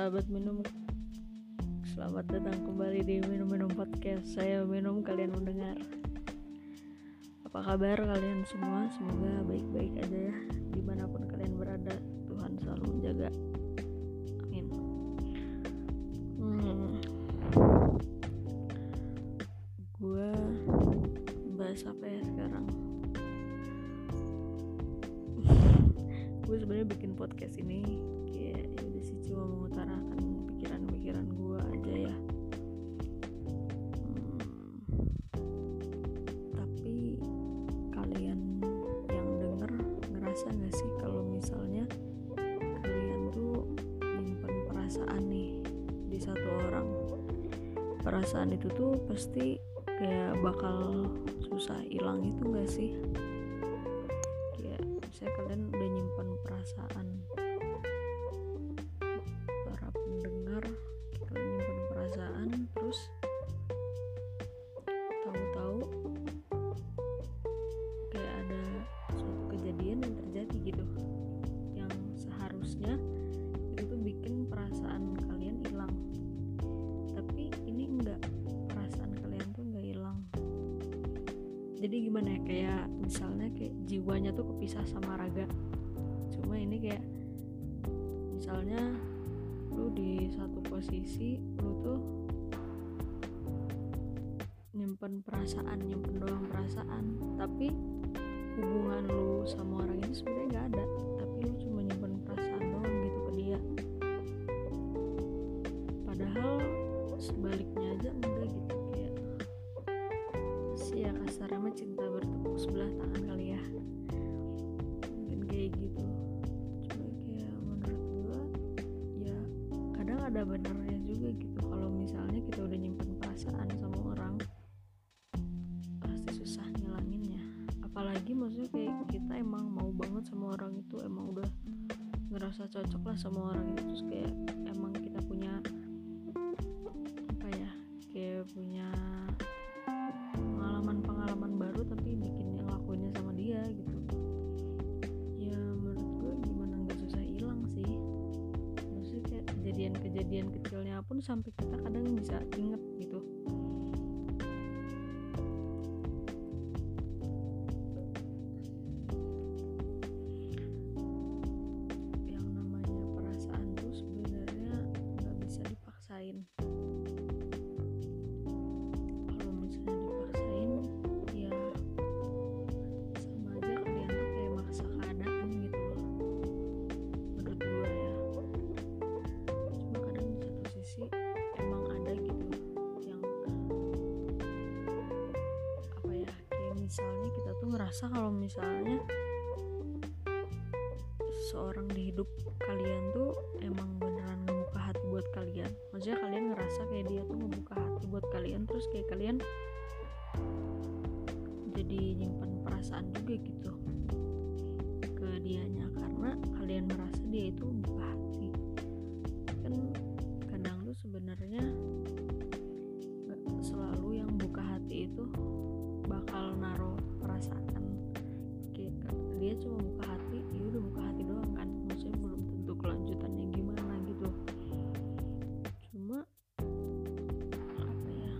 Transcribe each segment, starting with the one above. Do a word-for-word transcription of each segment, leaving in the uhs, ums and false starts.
sahabat minum, selamat datang kembali di Minum-Minum Podcast. Saya minum, kalian mendengar. Apa kabar kalian semua? Semoga baik-baik aja ya, dimanapun kalian berada. Tuhan selalu menjaga. Amin. hmm. Gue bahas apa ya sekarang? Gue sebenarnya bikin podcast ini kayak ya udah sih, cuma mengutarakan pikiran-pikiran gue aja ya. Hmm, tapi kalian yang denger ngerasa nggak sih kalau misalnya kalian tuh nyimpen perasaan nih di satu orang? Perasaan itu tuh pasti kayak bakal susah hilang itu nggak sih? Saya kalian udah nyimpan perasaan, para pendengar, kalian nyimpan perasaan, terus tahu-tahu kayak ada suatu kejadian yang terjadi gitu, yang seharusnya itu tuh bikin perasaan kalian hilang, tapi ini enggak, perasaan kalian tuh enggak hilang. Jadi gimana ya, kayak misalnya kayak jiwanya tuh kepisah sama raga. Cuma ini kayak misalnya lu di satu posisi, lu tuh nyimpen perasaan, nyimpen doang perasaan, tapi hubungan lu sama orang itu sebenarnya nggak ada, tapi lu cuma nyimpen perasaan doang gitu ke dia. Padahal sebaliknya aja enggak gitu, kayak sih ya kasarnya mah cinta bertepuk sebelah tangan kali ya, mungkin kayak gitu. Cuma kayak menurut gua ya kadang ada benarnya juga gitu, kalau misalnya kita udah nyimpen perasaan sama orang pasti susah ngilanginnya. Apalagi maksudnya kayak kita emang mau banget sama orang itu, emang udah ngerasa cocok lah sama orang itu, terus kayak emang kita punya apa ya, kayak punya pengalaman baru tapi bikin yang lakuinnya sama dia gitu. Ya menurut gue gimana nggak susah hilang sih. Maksudnya kayak kejadian-kejadian kecilnya pun sampai kita kadang bisa inget gitu. Yang namanya perasaan tuh sebenarnya nggak bisa dipaksain. Emang ada gitu yang apa ya, kayak misalnya kita tuh ngerasa kalau misalnya seseorang di hidup kalian tuh emang beneran ngebuka hati buat kalian. Maksudnya kalian ngerasa kayak dia tuh ngebuka hati buat kalian, terus kayak kalian jadi nyimpan perasaan juga gitu ke dianya karena kalian merasa dia itu buka hati. Kan sebenarnya gak selalu yang buka hati itu bakal naruh perasaan. Kayak dia cuma buka hati, dia udah buka hati doang kan, maksudnya belum tentu kelanjutannya gimana gitu. Cuma apa ya,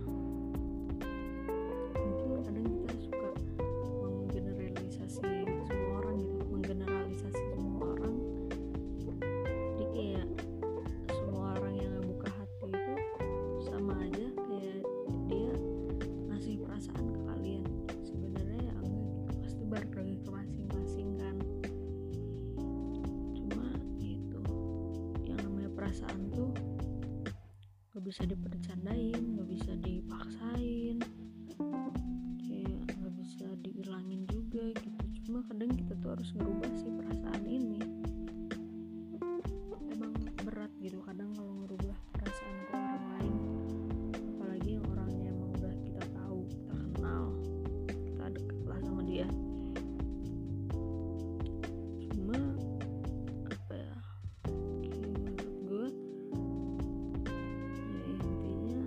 mungkin kadang kita suka menggeneralisasi semua orang gitu, menggeneralisasi semua orang. Jadi kayak semua orang yang buka hati itu sama aja kayak dia ngasih perasaan ke kalian. Sebenarnya ya enggak gitu, pasti balik lagi ke masing-masing kan. Cuma gitu, yang namanya perasaan tuh gak bisa dipercandain, gak bisa dipaksain, kayak gak bisa dihilangin juga gitu. Cuma kadang kita tuh harus ngerubah sih perasaan ini. Emang berat gitu kadang kalau ngerubah perasaan ke orang lain, apalagi yang orangnya emang udah kita tahu, kita kenal, kita deket lah sama dia. Cuma apa ya, kayak menurut gue ya intinya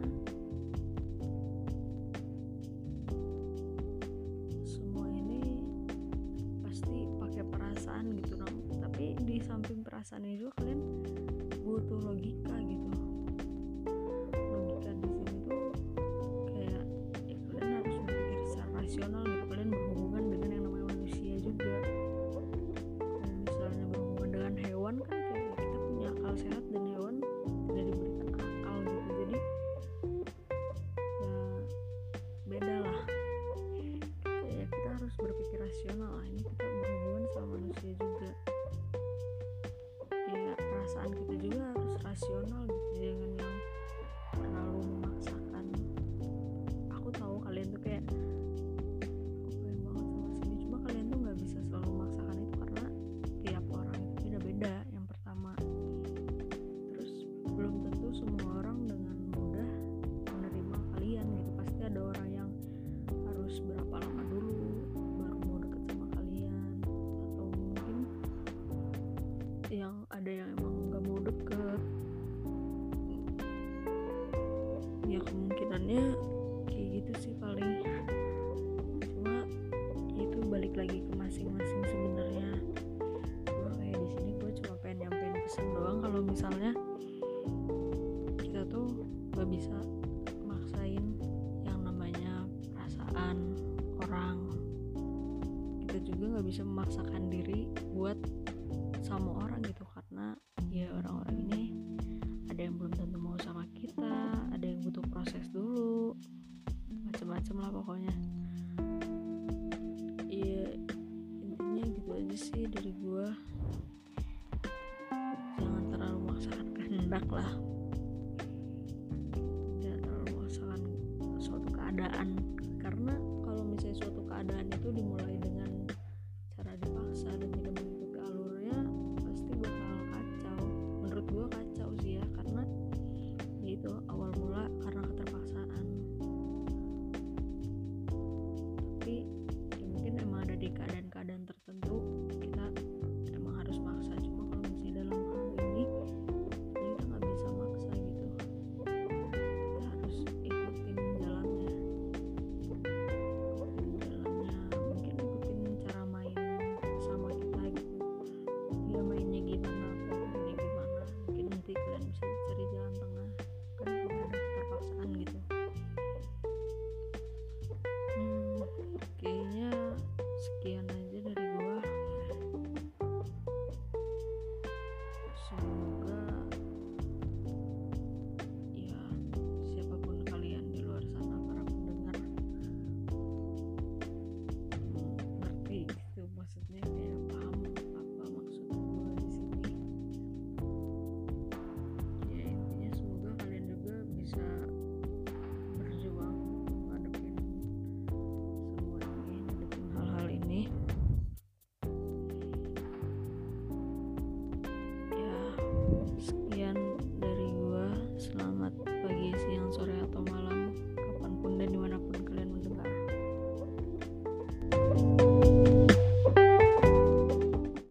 semua ini pasti pakai perasaan gitu dong. Tapi tapi di samping perasaan ini juga kalian butuh logika gitu. Logika di sini tuh kayak ya kalian harus berpikir secara rasional gitu. Kalian berhubungan dengan yang namanya manusia juga. Kalau misalnya berhubungan dengan hewan kan kayak kita punya akal sehat dan hewan tidak diberikan akal gitu. Jadi ya beda lah. Kayak kita harus berpikir rasional lah. Ini kita berhubungan sama manusia juga. Ya perasaan kita juga harus rasional gitu. Jangan yang terlalu memaksakan. Aku tahu kalian tuh kayak aku pengen banget sama sini, cuma kalian tuh nggak bisa selalu memaksakan itu karena tiap orang itu beda-beda. Yang pertama, terus belum tentu semua orang dengan mudah menerima kalian gitu. Pasti ada orang yang harus berapa lama dulu baru mau deket sama kalian, atau mungkin yang ada yang emang nggak mau deket. Ya kemungkinannya kayak gitu sih paling. Cuma itu balik lagi ke masing-masing sebenarnya. Cuma kayak di sini gue cuma pengen nyampein pesan doang kalau misalnya kita tuh gak bisa maksain yang namanya perasaan orang. Kita juga gak bisa memaksakan diri buat sama orang gitu, karena ya orang-orang ini ada yang belum tentu mau sama kita, ada yang butuh proses dulu, macam-macam lah pokoknya. Iya intinya gitu aja sih dari gue. Jangan terlalu memaksakan kehendak lah, jangan terlalu memaksakan suatu keadaan, karena kalau misalnya suatu keadaan itu dimulai dengan cara dipaksa dan